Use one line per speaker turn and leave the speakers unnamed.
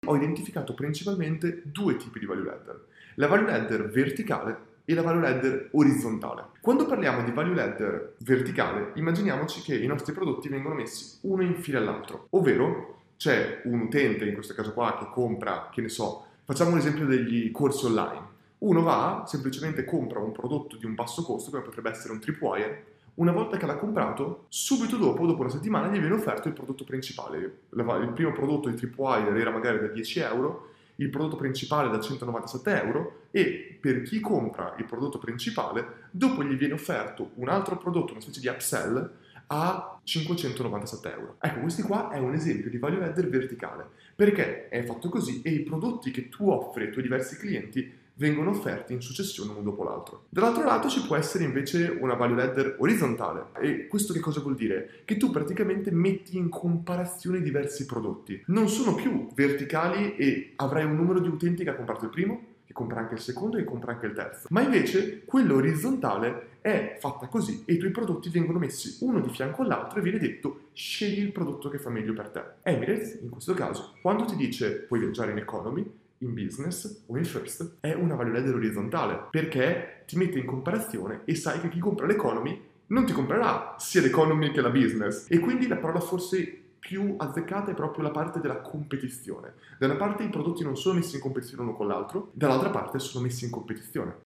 Ho identificato principalmente due tipi di value ladder: la value ladder verticale e la value ladder orizzontale. Quando parliamo di value ladder verticale, immaginiamoci che i nostri prodotti vengono messi uno in fila all'altro, ovvero c'è un utente, in questo caso qua, che compra, che ne so, facciamo un esempio degli corsi online. Uno va, semplicemente compra un prodotto di un basso costo, come potrebbe essere un tripwire. Una volta che l'ha comprato, subito dopo una settimana, gli viene offerto il prodotto principale. Il primo prodotto di Tripwire era magari da 10 euro, il prodotto principale da 197 euro, e per chi compra il prodotto principale, dopo gli viene offerto un altro prodotto, una specie di upsell, a 597 euro. Ecco, questo qua è un esempio di value ladder verticale, perché è fatto così e i prodotti che tu offri ai tuoi diversi clienti vengono offerti in successione uno dopo l'altro. Dall'altro lato ci può essere invece una value ladder orizzontale. E questo che cosa vuol dire? Che tu praticamente metti in comparazione diversi prodotti. Non sono più verticali e avrai un numero di utenti che ha comprato il primo, che compra anche il secondo e che compra anche il terzo. Ma invece quello orizzontale è fatta così e i tuoi prodotti vengono messi uno di fianco all'altro e viene detto: scegli il prodotto che fa meglio per te. Emirates, in questo caso, quando ti dice puoi viaggiare in economy, in business o in first, è una value ladder orizzontale, perché ti mette in comparazione e sai che chi compra l'economy non ti comprerà sia l'economy che la business. E quindi la parola forse più azzeccata è proprio la parte della competizione. Da una parte i prodotti non sono messi in competizione uno con l'altro, dall'altra parte sono messi in competizione.